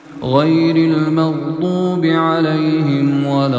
غير المغضوب عليهم ولا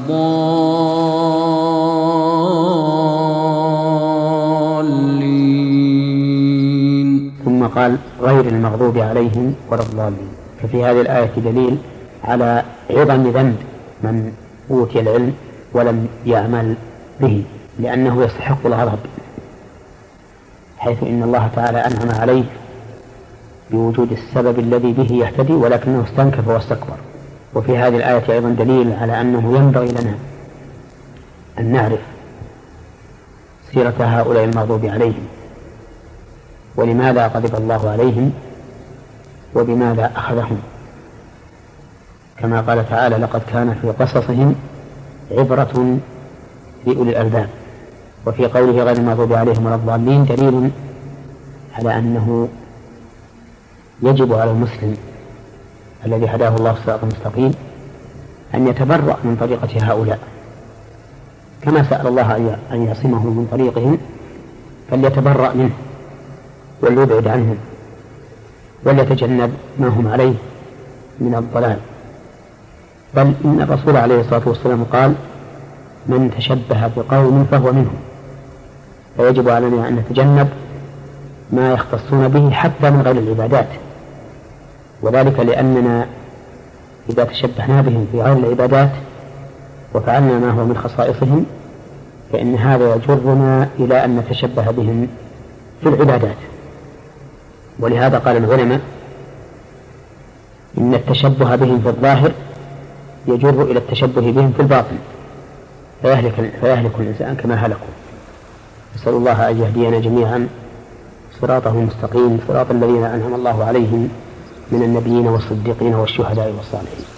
الضالين. ثم قال غير المغضوب عليهم ولا الضالين. ففي هذه الآية دليل على عظم ذنب من أوتي العلم ولم يعمل به، لأنه يستحق الغضب، حيث إن الله تعالى أنعم عليه بوجود السبب الذي به يهتدي، ولكنه استنكف واستكبر. وفي هذه الآية أيضا دليل على أنه ينبغي لنا أن نعرف سيرة هؤلاء المغضوب عليهم، ولماذا غضب الله عليهم وبماذا أخذهم، كما قال تعالى لقد كان في قصصهم عبرة لأولي الألباب. وفي قوله غير المغضوب عليهم ولا الضالين دليل على أنه يجب على المسلم الذي هداه الله الصراط المستقيم أن يتبرأ من طريقة هؤلاء، كما سأل الله أن يعصمه من طريقهم، فليتبرأ منه وليبعد عنهم وليتجنب ما هم عليه من الضلال. بل إن الرسول عليه الصلاة والسلام قال من تشبه بقوم فهو منهم، فيجب علينا أن نتجنب ما يختصون به حتى من غير العبادات، وذلك لأننا إذا تشبهنا بهم في غير العبادات وفعلنا ما هو من خصائصهم فإن هذا يجرنا إلى أن نتشبه بهم في العبادات. ولهذا قال العلماء إن التشبه بهم في الظاهر يجر إلى التشبه بهم في الباطن، فيهلك الإنسان كما هلكوا. نسأل الله أن يهدينا جميعا صراطه المستقيم، صراط الذين أنعم الله عليهم من النبيين والصديقين والشهداء والصالحين.